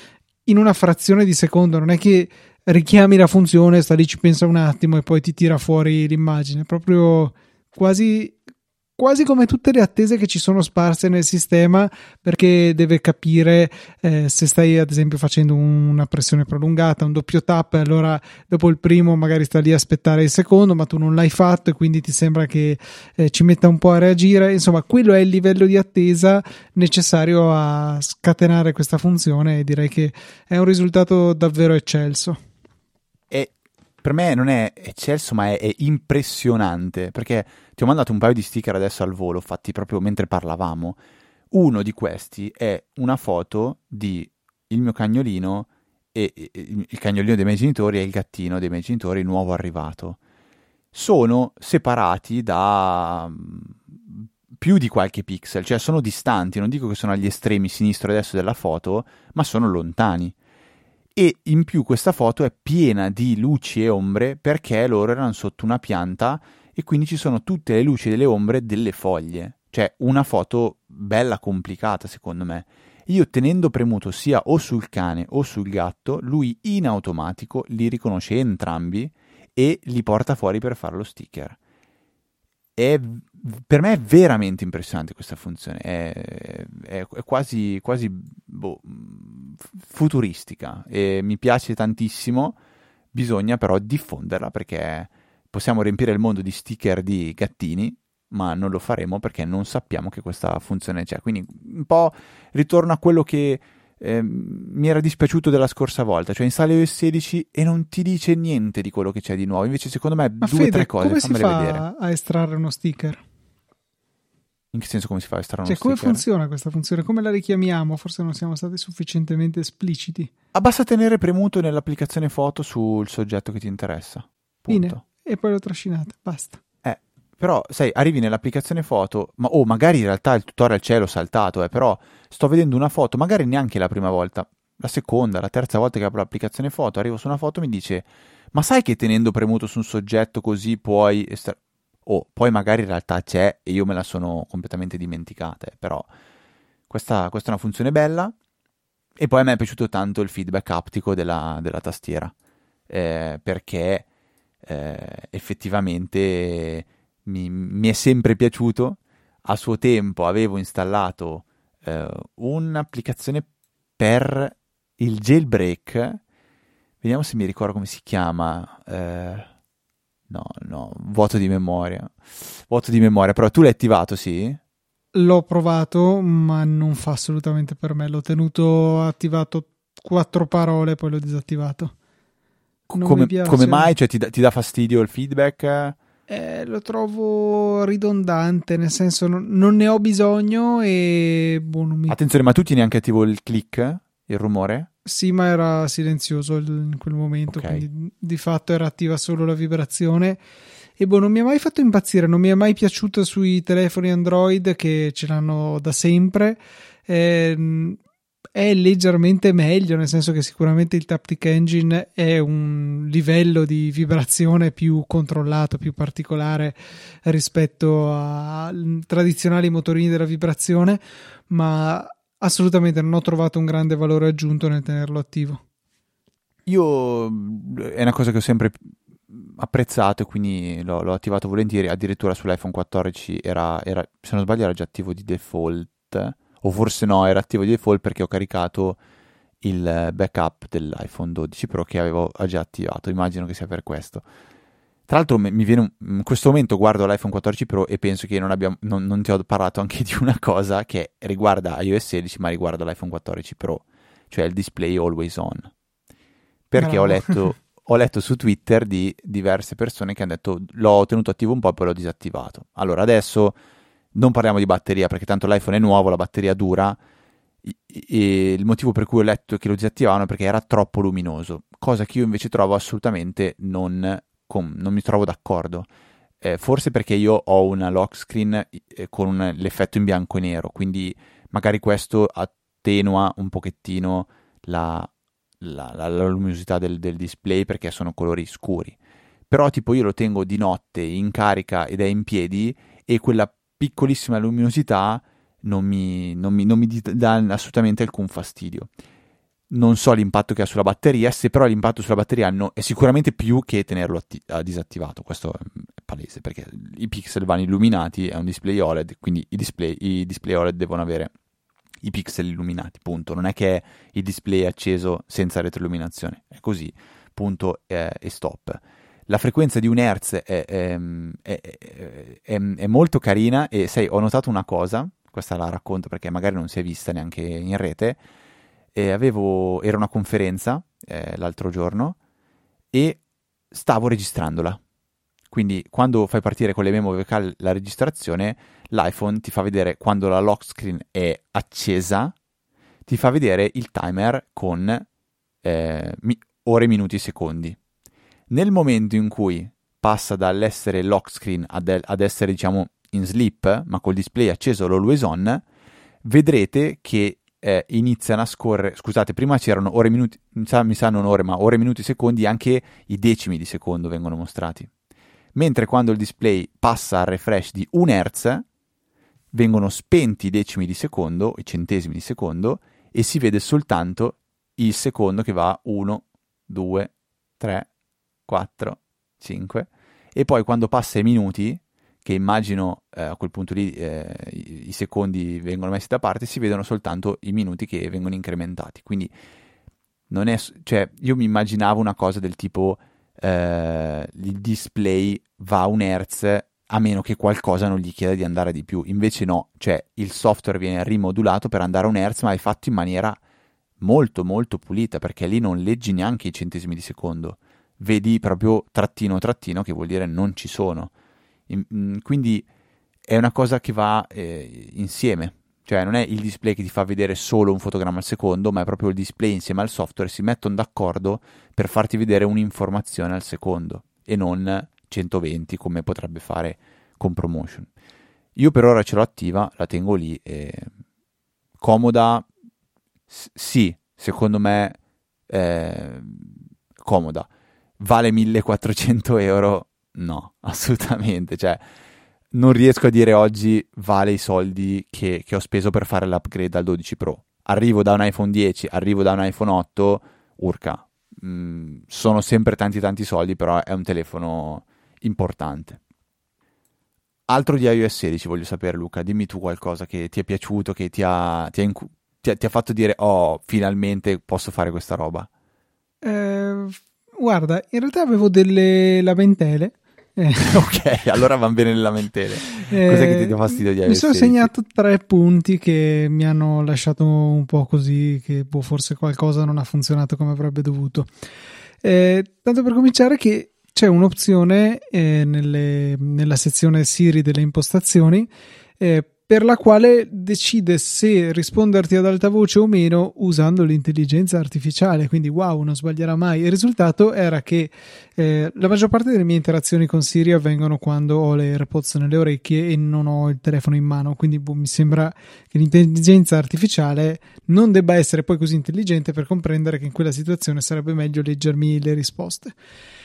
A: in una frazione di secondo, non è che richiami la funzione, sta lì, ci pensa un attimo e poi ti tira fuori l'immagine, proprio quasi quasi come tutte le attese che ci sono sparse nel sistema, perché deve capire eh, se stai ad esempio facendo una pressione prolungata, un doppio tap, allora dopo il primo magari sta lì a aspettare il secondo, ma tu non l'hai fatto e quindi ti sembra che eh, ci metta un po' a reagire. Insomma, quello è il livello di attesa necessario a scatenare questa funzione, e direi che è un risultato davvero eccelso.
B: E per me non è eccelso, ma è, è impressionante, perché ti ho mandato un paio di sticker adesso al volo, fatti proprio mentre parlavamo. Uno di questi è una foto di il mio cagnolino e, e il cagnolino dei miei genitori e il gattino dei miei genitori nuovo arrivato. Sono separati da più di qualche pixel, cioè sono distanti, non dico che sono agli estremi sinistro e destro della foto, ma sono lontani. E in più questa foto è piena di luci e ombre perché loro erano sotto una pianta e quindi ci sono tutte le luci e le ombre delle foglie. Cioè una foto bella complicata secondo me. Io tenendo premuto sia o sul cane o sul gatto, lui in automatico li riconosce entrambi e li porta fuori per fare lo sticker. È, per me è veramente impressionante questa funzione, è, è, è quasi, quasi boh, futuristica e mi piace tantissimo. Bisogna però diffonderla, perché possiamo riempire il mondo di sticker di gattini, ma non lo faremo perché non sappiamo che questa funzione c'è. Quindi un po' ritorno a quello che eh, mi era dispiaciuto della scorsa volta, cioè installi iOS sedici e non ti dice niente di quello che c'è di nuovo. Invece secondo me
A: ma
B: due o
A: Fede,
B: tre cose,
A: come si
B: fammele
A: fa
B: vedere.
A: a estrarre uno sticker?
B: In che senso come si fa a estrarre
A: Cioè,
B: uno
A: come
B: sticker?
A: funziona questa funzione? Come la richiamiamo? Forse non siamo stati sufficientemente espliciti.
B: Ah, basta tenere premuto nell'applicazione foto sul soggetto che ti interessa. Punto.
A: Fine. E poi l'ho trascinata, basta.
B: Eh, però, sai, arrivi nell'applicazione foto, ma oh, magari in realtà il tutorial c'è, l'ho saltato, eh, però sto vedendo una foto, magari neanche la prima volta, la seconda, la terza volta che apro l'applicazione foto, arrivo su una foto e mi dice, ma sai che tenendo premuto su un soggetto così puoi... Estra- oh, poi magari in realtà c'è e io me la sono completamente dimenticata, eh, però questa, questa è una funzione bella. E poi a me è piaciuto tanto il feedback aptico della, della tastiera, eh, perché eh, effettivamente mi, mi è sempre piaciuto. A suo tempo avevo installato eh, un'applicazione per il jailbreak, vediamo se mi ricordo come si chiama, eh, no, no, vuoto di memoria, vuoto di memoria, però tu l'hai attivato, sì?
A: L'ho provato, ma non fa assolutamente per me. L'ho tenuto attivato quattro parole, poi l'ho disattivato. Non
B: Come,
A: mi piace.
B: come mai? Cioè ti, dà- ti dà fastidio il feedback?
A: Eh, lo trovo ridondante, nel senso non, non ne ho bisogno e boh, non mi...
B: Attenzione, ma tu tieni anche attivo il click, il rumore?
A: Sì, ma era silenzioso il- in quel momento,
B: Ok.
A: quindi di fatto era attiva solo la vibrazione. E boh, non mi ha mai fatto impazzire, non mi è mai piaciuta sui telefoni Android che ce l'hanno da sempre. Ehm, è leggermente meglio, nel senso che sicuramente il Taptic Engine è un livello di vibrazione più controllato, più particolare rispetto ai tradizionali motorini della vibrazione, ma assolutamente non ho trovato un grande valore aggiunto nel tenerlo attivo.
B: Io è una cosa che ho sempre apprezzato e quindi l'ho, l'ho attivato volentieri. Addirittura sull'iPhone quattordici era, era, se non sbaglio era già attivo di default, o forse no, era attivo di default perché ho caricato il backup dell'iPhone dodici Pro che avevo già attivato. Immagino che sia per questo. Tra l'altro mi viene un, in questo momento guardo l'iPhone quattordici Pro e penso che non, abbiamo, non, non ti ho parlato anche di una cosa che riguarda iOS sedici ma riguarda l'iPhone quattordici Pro, cioè il display always on. Perché
A: Bravo.
B: ho letto, ho letto su Twitter di diverse persone che hanno detto l'ho tenuto attivo un po' e poi l'ho disattivato. Allora adesso non parliamo di batteria perché tanto l'iPhone è nuovo, la batteria dura. E il motivo per cui ho letto che lo disattivavano è perché era troppo luminoso, cosa che io invece trovo assolutamente non, com- non mi trovo d'accordo. Eh, forse perché io ho una lock screen eh, con un- l'effetto in bianco e nero, quindi magari questo attenua un pochettino la, la- la- la luminosità del, del display perché sono colori scuri. Però tipo io lo tengo di notte in carica ed è in piedi e quella piccolissima luminosità non mi, non mi, non mi dà assolutamente alcun fastidio. non so l'impatto che ha sulla batteria, se però l'impatto sulla batteria no, è sicuramente più che tenerlo atti- disattivato, questo è palese, perché i pixel vanno illuminati, è un display O L E D, quindi i display, i display O L E D devono avere i pixel illuminati, punto. Non è che è il display acceso senza retroilluminazione, è così, punto e, e stop. La frequenza di un hertz è, è, è, è, è molto carina e sai, ho notato una cosa, questa la racconto perché magari non si è vista neanche in rete, e avevo, era una conferenza eh, l'altro giorno e stavo registrandola. Quindi quando fai partire con le memory card la registrazione, l'iPhone ti fa vedere quando la lock screen è accesa, ti fa vedere il timer con eh, mi- ore, minuti, secondi. Nel momento in cui passa dall'essere lock screen ad, ad essere, diciamo, in sleep, ma col display acceso l'always on, vedrete che eh, iniziano a scorrere, scusate, prima c'erano ore, minuti, mi sa, mi sa non ore, ma ore, minuti, secondi, anche i decimi di secondo vengono mostrati. Mentre quando il display passa al refresh di un hertz, vengono spenti i decimi di secondo, i centesimi di secondo, e si vede soltanto il secondo che va uno, due, tre, quattro, cinque, e poi quando passa i minuti, che immagino eh, a quel punto lì eh, i, i secondi vengono messi da parte, si vedono soltanto i minuti che vengono incrementati. Quindi non è, cioè, io mi immaginavo una cosa del tipo eh, il display va a un hertz a meno che qualcosa non gli chieda di andare di più. Invece no, cioè il software viene rimodulato per andare a un hertz, ma è fatto in maniera molto molto pulita, perché lì non leggi neanche i centesimi di secondo, vedi proprio trattino trattino, che vuol dire non ci sono. In, quindi è una cosa che va eh, insieme, cioè non è il display che ti fa vedere solo un fotogramma al secondo, ma è proprio il display insieme al software, si mettono d'accordo per farti vedere un'informazione al secondo e non centoventi come potrebbe fare con ProMotion. Io per ora ce l'ho attiva, la tengo lì, e... comoda, S- sì, secondo me eh, comoda. Vale millequattrocento euro? No, assolutamente, cioè non riesco a dire oggi vale i soldi che, che ho speso per fare l'upgrade al dodici Pro. Arrivo da un iPhone dieci, arrivo da un iPhone otto, urca, mm, sono sempre tanti tanti soldi, però è un telefono importante. Altro di iOS sedici voglio sapere, Luca, dimmi tu qualcosa che ti è piaciuto, che ti ha, ti ha, incu- ti ha, ti ha fatto dire oh, finalmente posso fare questa roba.
A: Eh, guarda, in realtà avevo delle lamentele. Eh.
B: Ok, allora van bene le lamentele. Cos'è che ti dà fastidio di iOS
A: Mi sono
B: sedici?
A: segnato tre punti che mi hanno lasciato un po' così, che boh, forse qualcosa non ha funzionato come avrebbe dovuto. Eh, tanto per cominciare che c'è un'opzione eh, nelle, nella sezione Siri delle impostazioni eh, per la quale decide se risponderti ad alta voce o meno usando l'intelligenza artificiale, quindi wow, non sbaglierà mai. Il risultato era che eh, la maggior parte delle mie interazioni con Siri avvengono quando ho le AirPods nelle orecchie e non ho il telefono in mano, quindi boh, mi sembra che l'intelligenza artificiale non debba essere poi così intelligente per comprendere che in quella situazione sarebbe meglio leggermi le risposte.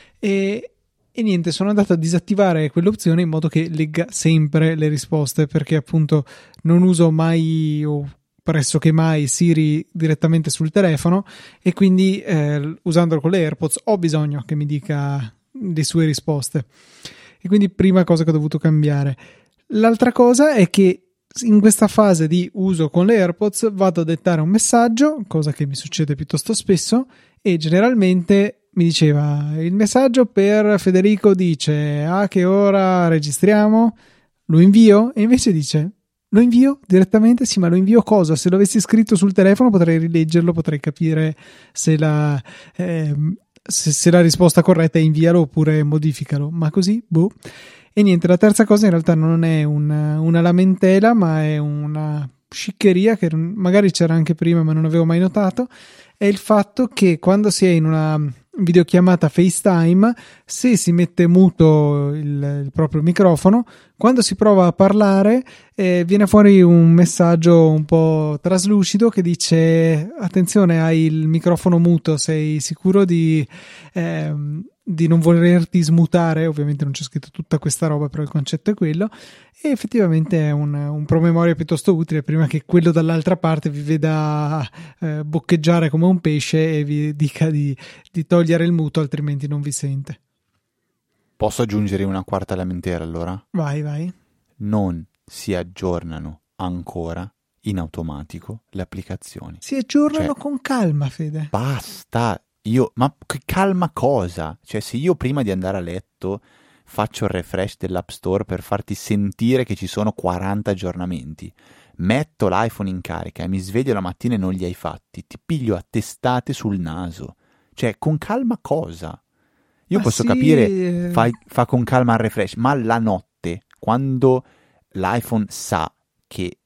A: E E niente, sono andato a disattivare quell'opzione in modo che legga sempre le risposte, perché appunto non uso mai o pressoché mai Siri direttamente sul telefono e quindi eh, usandolo con le AirPods ho bisogno che mi dica le sue risposte. E quindi prima cosa che ho dovuto cambiare. L'altra cosa è che in questa fase di uso con le AirPods vado a dettare un messaggio, cosa che mi succede piuttosto spesso, e generalmente mi diceva il messaggio per Federico dice a che ora registriamo, lo invio, e invece dice lo invio direttamente, sì, ma lo invio cosa? Se lo avessi scritto sul telefono potrei rileggerlo, potrei capire se la, eh, se, se la risposta corretta è invialo oppure modificalo, ma così, boh. E niente, la terza cosa in realtà non è una, una lamentela, ma è una sciccheria che magari c'era anche prima ma non avevo mai notato, è il fatto che quando si è in una videochiamata FaceTime, se si mette muto il, il proprio microfono, quando si prova a parlare eh, viene fuori un messaggio un po' traslucido che dice attenzione, hai il microfono muto, sei sicuro di, eh, di non volerti smutare. Ovviamente non c'è scritto tutta questa roba, però il concetto è quello, e effettivamente è un, un promemoria piuttosto utile prima che quello dall'altra parte vi veda eh, boccheggiare come un pesce e vi dica di, di togliere il muto, altrimenti non vi sente.
B: Posso aggiungere una quarta lamentela allora?
A: Vai, vai.
B: Non si aggiornano ancora in automatico le applicazioni.
A: Si aggiornano
B: Cioè,
A: con calma, Fede.
B: Basta, io, ma che calma cosa? Cioè, se io prima di andare a letto faccio il refresh dell'App Store per farti sentire che ci sono quaranta aggiornamenti, metto l'iPhone in carica e mi sveglio la mattina e non li hai fatti, ti piglio a testate sul naso. Cioè, con calma cosa? Io
A: Ma
B: posso
A: sì,
B: capire,
A: eh,
B: fai, fa con calma il refresh, ma la notte, quando l'iPhone sa che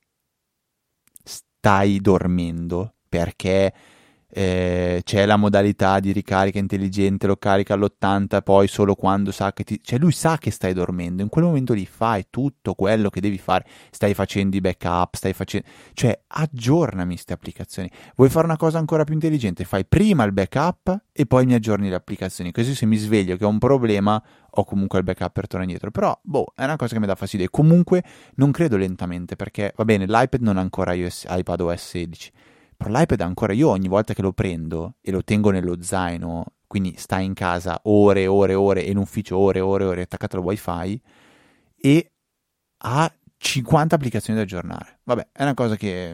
B: stai dormendo perché eh, c'è la modalità di ricarica intelligente, lo carica all'ottanta, poi solo quando sa che ti... Cioè lui sa che stai dormendo, in quel momento lì fai tutto quello che devi fare, stai facendo i backup, stai facendo... Cioè aggiornami queste applicazioni. Vuoi fare una cosa ancora più intelligente? Fai prima il backup e poi mi aggiorni le applicazioni, così se mi sveglio che ho un problema ho comunque il backup per tornare indietro. Però, boh, è una cosa che mi dà fastidio. E comunque non credo lentamente, perché, va bene, l'iPad non ha ancora iOS, iPadOS sedici, però l'iPad ancora, io ogni volta che lo prendo e lo tengo nello zaino, quindi sta in casa ore e ore e ore, e in ufficio ore e ore e ore attaccato al wifi, e ha cinquanta applicazioni da aggiornare. Vabbè, è una cosa che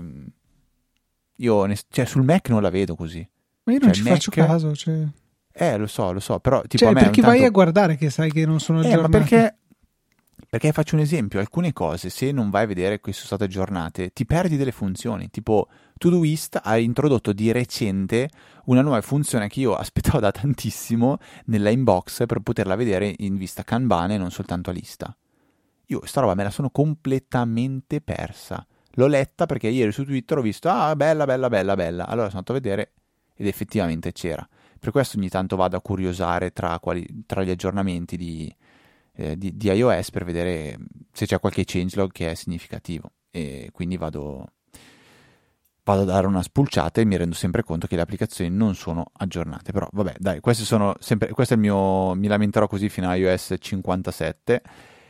B: io, cioè sul Mac non la vedo così.
A: ma io non
B: Cioè,
A: ci
B: il
A: faccio
B: Mac-
A: caso. Cioè,
B: Eh, lo so, lo so, però tipo
A: cioè
B: a me
A: perché
B: ogni
A: vai
B: tanto-
A: a guardare che sai che non sono
B: Eh, ma
A: aggiornati?
B: perché... Perché faccio un esempio, alcune cose, se non vai a vedere che sono state aggiornate, ti perdi delle funzioni. Tipo, Todoist ha introdotto di recente una nuova funzione che io aspettavo da tantissimo nella inbox per poterla vedere in vista Kanban e non soltanto a lista. Io sta roba me la sono completamente persa. L'ho letta perché ieri su Twitter ho visto, ah, bella, bella, bella, bella. Allora sono andato a vedere ed effettivamente c'era. Per questo ogni tanto vado a curiosare tra, quali, tra gli aggiornamenti di... Eh, di, di iOS per vedere se c'è qualche changelog che è significativo, e quindi vado, vado a dare una spulciata e mi rendo sempre conto che le applicazioni non sono aggiornate. Però vabbè, dai, queste sono sempre, questo è il mio, mi lamenterò così fino a iOS cinquantasette.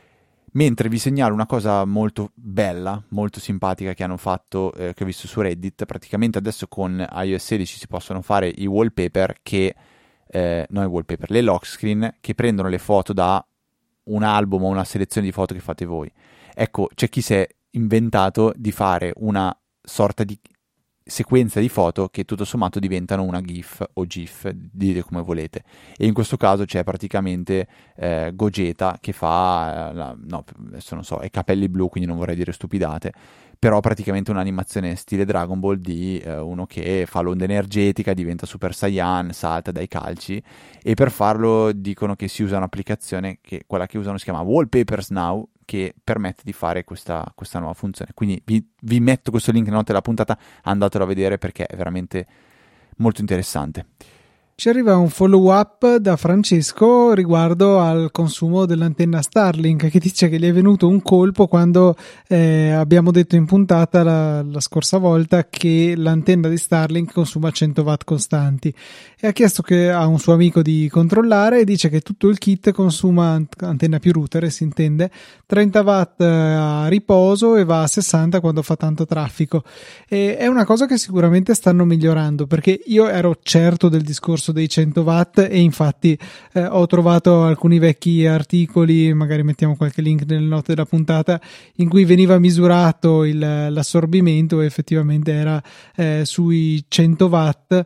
B: Mentre vi segnalo una cosa molto bella, molto simpatica che hanno fatto, eh, che ho visto su Reddit. Praticamente adesso con iOS sedici si possono fare i wallpaper che eh, non i wallpaper, le lock screen che prendono le foto da un album o una selezione di foto che fate voi. Ecco, c'è chi si è inventato di fare una sorta di sequenza di foto che tutto sommato diventano una GIF o GIF, dite come volete. E in questo caso c'è praticamente eh, Gogeta che fa, eh, la, no, adesso non so, è capelli blu, quindi non vorrei dire stupidate, però praticamente un'animazione stile Dragon Ball di eh, uno che fa l'onda energetica, diventa Super Saiyan, salta dai calci, e per farlo dicono che si usa un'applicazione, che quella che usano si chiama Wallpapers Now, che permette di fare questa, questa nuova funzione. Quindi vi, vi metto questo link nella nota della puntata, andatelo a vedere perché è veramente molto interessante.
A: Ci arriva un follow up da Francesco riguardo al consumo dell'antenna Starlink, che dice che gli è venuto un colpo quando eh, abbiamo detto in puntata la, la scorsa volta che l'antenna di Starlink consuma cento watt costanti, e ha chiesto che a un suo amico di controllare, e dice che tutto il kit consuma, antenna più router si intende, trenta watt a riposo e va a sessanta quando fa tanto traffico. E è una cosa che sicuramente stanno migliorando, perché io ero certo del discorso dei cento watt, e infatti eh, ho trovato alcuni vecchi articoli, magari mettiamo qualche link nelle note della puntata, in cui veniva misurato il, l'assorbimento, e effettivamente era eh, sui cento watt,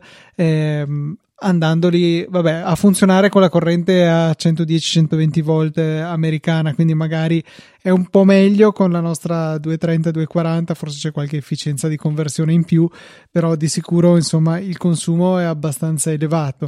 A: ehm, andandoli vabbè, a funzionare con la corrente a centodieci centoventi volt americana, quindi magari è un po' meglio con la nostra duecentotrenta duecentoquaranta, forse c'è qualche efficienza di conversione in più, però di sicuro insomma il consumo è abbastanza elevato.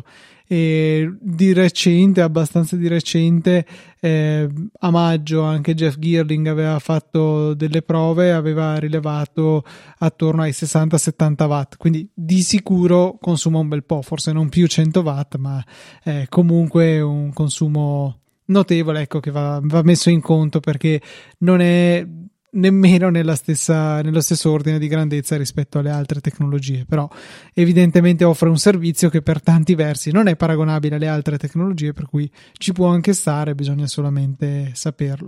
A: E di recente, abbastanza di recente, eh, a maggio anche Jeff Geerling aveva fatto delle prove, aveva rilevato attorno ai sessanta settanta watt, quindi di sicuro consuma un bel po', forse non più cento watt, ma eh, comunque un consumo notevole, ecco, che va, va messo in conto, perché non è nemmeno nella stessa, nello stesso ordine di grandezza rispetto alle altre tecnologie, però evidentemente offre un servizio che per tanti versi non è paragonabile alle altre tecnologie, per cui ci può anche stare, bisogna solamente saperlo.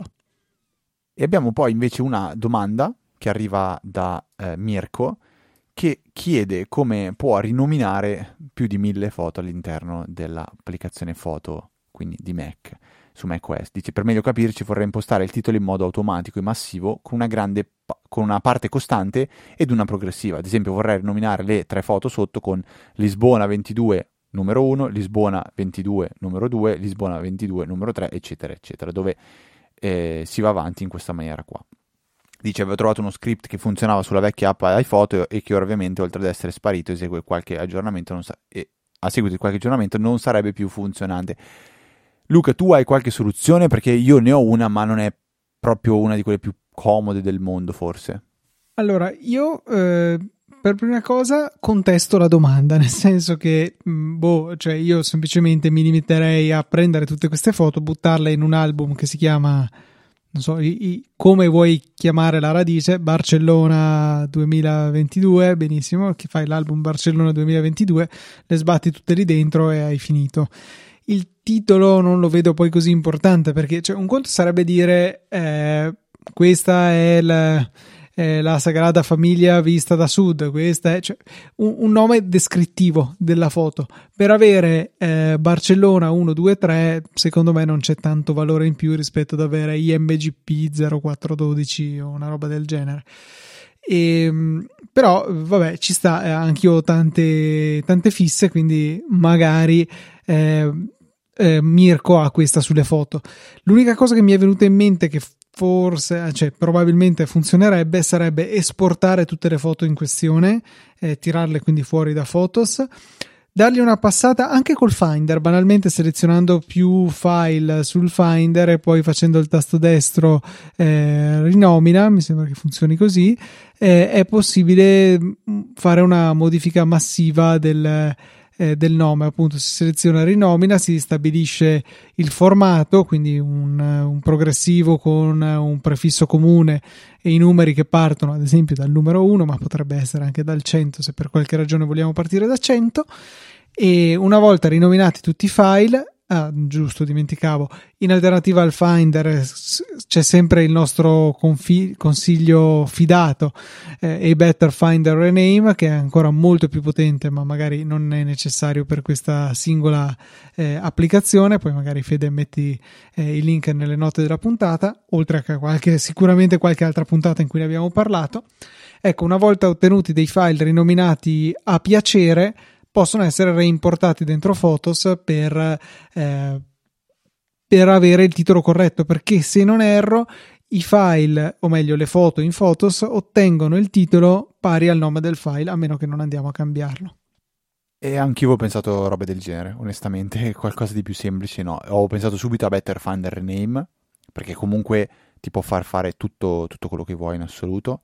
B: E abbiamo poi invece una domanda che arriva da eh, Mirko, che chiede come può rinominare più di mille foto all'interno dell'applicazione foto, quindi di Mac, su macOS. Dice: per meglio capirci vorrei impostare il titolo in modo automatico e massivo con una grande pa- con una parte costante ed una progressiva. Ad esempio vorrei rinominare le tre foto sotto con Lisbona ventidue numero uno, Lisbona ventidue numero due, Lisbona ventidue numero tre, eccetera eccetera, dove eh, si va avanti in questa maniera qua. Dice: avevo trovato uno script che funzionava sulla vecchia app iPhoto e che ora ovviamente, oltre ad essere sparito, esegue qualche aggiornamento non sa- e a seguito di qualche aggiornamento non sarebbe più funzionante. Luca, tu hai qualche soluzione? Perché io ne ho una, ma non è proprio una di quelle più comode del mondo, forse.
A: Allora, io eh, per prima cosa contesto la domanda, nel senso che, mh, boh, cioè io semplicemente mi limiterei a prendere tutte queste foto, buttarle in un album che si chiama, non so, i, i, come vuoi chiamare la radice, Barcellona duemilaventidue, benissimo, che fai l'album Barcellona duemilaventidue, le sbatti tutte lì dentro e hai finito. Il titolo non lo vedo poi così importante, perché cioè, un conto sarebbe dire eh, questa è la, è la Sagrada Famiglia vista da sud, questa è cioè, un, un nome descrittivo della foto. Per avere eh, Barcellona uno, due, tre, secondo me non c'è tanto valore in più rispetto ad avere I M G P zero quattro dodici o una roba del genere. E, però vabbè, ci sta, eh, anch'io ho tante, tante fisse, quindi magari eh, eh, Mirko ha questa sulle foto. L'unica cosa che mi è venuta in mente che forse, cioè probabilmente funzionerebbe, sarebbe esportare tutte le foto in questione, eh, tirarle quindi fuori da Photos, dargli una passata anche col Finder, banalmente selezionando più file sul Finder e poi facendo il tasto destro eh, rinomina, mi sembra che funzioni così, eh, è possibile fare una modifica massiva del, eh, del nome. Appunto si seleziona rinomina, si stabilisce il formato, quindi un, un progressivo con un prefisso comune e i numeri che partono ad esempio dal numero uno, ma potrebbe essere anche dal cento se per qualche ragione vogliamo partire da cento. E una volta rinominati tutti i file, ah, giusto, dimenticavo, in alternativa al Finder c'è sempre il nostro confi- consiglio fidato, eh, a Better Finder Rename, che è ancora molto più potente, ma magari non è necessario per questa singola eh, applicazione. Poi magari Fede metti eh, il link nelle note della puntata, oltre a qualche, sicuramente qualche altra puntata in cui ne abbiamo parlato. Ecco, una volta ottenuti dei file rinominati a piacere, possono essere reimportati dentro Photos per, eh, per avere il titolo corretto, perché se non erro i file, o meglio le foto in Photos, ottengono il titolo pari al nome del file, a meno che non andiamo a cambiarlo.
B: E anch'io ho pensato robe del genere, onestamente, qualcosa di più semplice no. Ho pensato subito a Better Finder Rename, perché comunque ti può far fare tutto, tutto quello che vuoi in assoluto.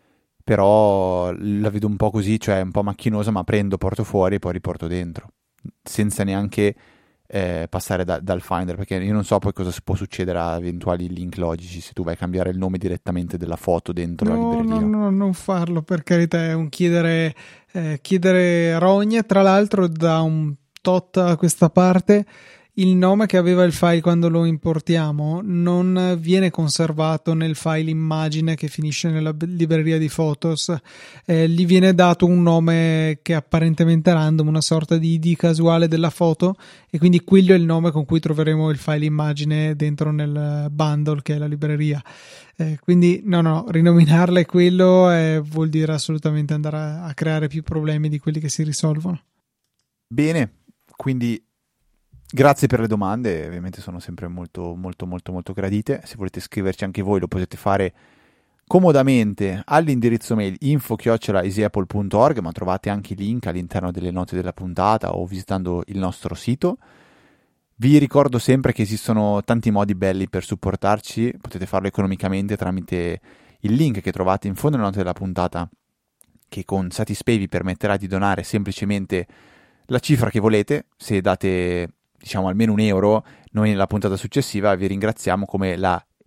B: Però la vedo un po' così, cioè un po' macchinosa, ma prendo, porto fuori e poi riporto dentro, senza neanche eh, passare da, dal Finder, perché io non so poi cosa può succedere a eventuali link logici se tu vai a cambiare il nome direttamente della foto dentro
A: no,
B: la libreria.
A: No, no, non farlo, per carità, è un chiedere, eh, chiedere rogne. Tra l'altro da un tot a questa parte il nome che aveva il file quando lo importiamo non viene conservato nel file immagine che finisce nella libreria di Photos, eh, gli viene dato un nome che è apparentemente random, una sorta di I D casuale della foto, e quindi quello è il nome con cui troveremo il file immagine dentro nel bundle che è la libreria. Eh, quindi no no, rinominarle quello eh, vuol dire assolutamente andare a, a creare più problemi di quelli che si risolvono.
B: Bene, quindi grazie per le domande, ovviamente sono sempre molto molto molto molto gradite. Se volete scriverci anche voi lo potete fare comodamente all'indirizzo mail info chiocciola easyapple punto org, ma trovate anche i link all'interno delle note della puntata o visitando il nostro sito. Vi ricordo sempre che esistono tanti modi belli per supportarci, potete farlo economicamente tramite il link che trovate in fondo alle note della puntata, che con Satispay vi permetterà di donare semplicemente la cifra che volete. Se date diciamo almeno un euro, noi nella puntata successiva vi ringraziamo come la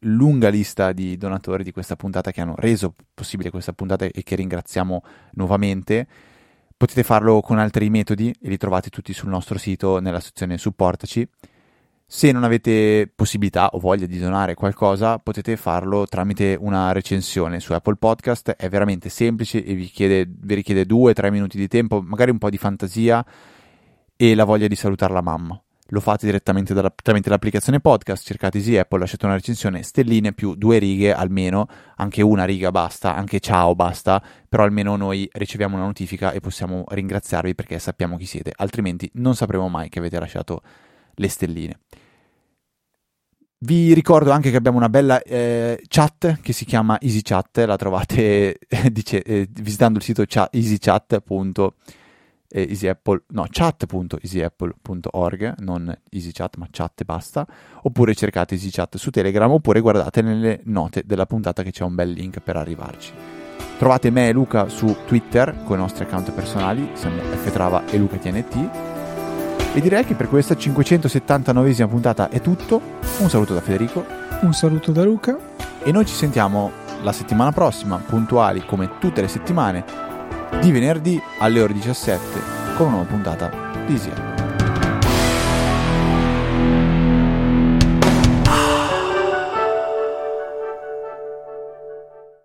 B: lunga lista di donatori di questa puntata che hanno reso possibile questa puntata e che ringraziamo nuovamente. Potete farlo con altri metodi e li trovate tutti sul nostro sito nella sezione supportaci. Se non avete possibilità o voglia di donare qualcosa, potete farlo tramite una recensione su Apple Podcast. È veramente semplice e vi, chiede, vi richiede due tre minuti di tempo, magari un po' di fantasia e la voglia di salutare la mamma. Lo fate direttamente dalla, tramite l'applicazione podcast, cercate Easy Apple, lasciate una recensione, stelline più due righe almeno, anche una riga basta, anche ciao basta, però almeno noi riceviamo una notifica e possiamo ringraziarvi perché sappiamo chi siete, altrimenti non sapremo mai che avete lasciato le stelline. Vi ricordo anche che abbiamo una bella eh, chat che si chiama Easy Chat, la trovate dice, eh, visitando il sito chat, easychat punto com. Easy Apple, no, chat punto easy apple punto org, non EasyChat ma chat e basta, oppure cercate EasyChat su Telegram, oppure guardate nelle note della puntata che c'è un bel link per arrivarci. Trovate me e Luca su Twitter con i nostri account personali, siamo ftrava e lucatnt, e direi che per questa cinquecentosettantanovesima puntata è tutto. Un saluto da Federico,
A: un saluto da Luca
B: e noi ci sentiamo la settimana prossima, puntuali come tutte le settimane, di venerdì alle ore diciassette con una nuova puntata di Easy Apple.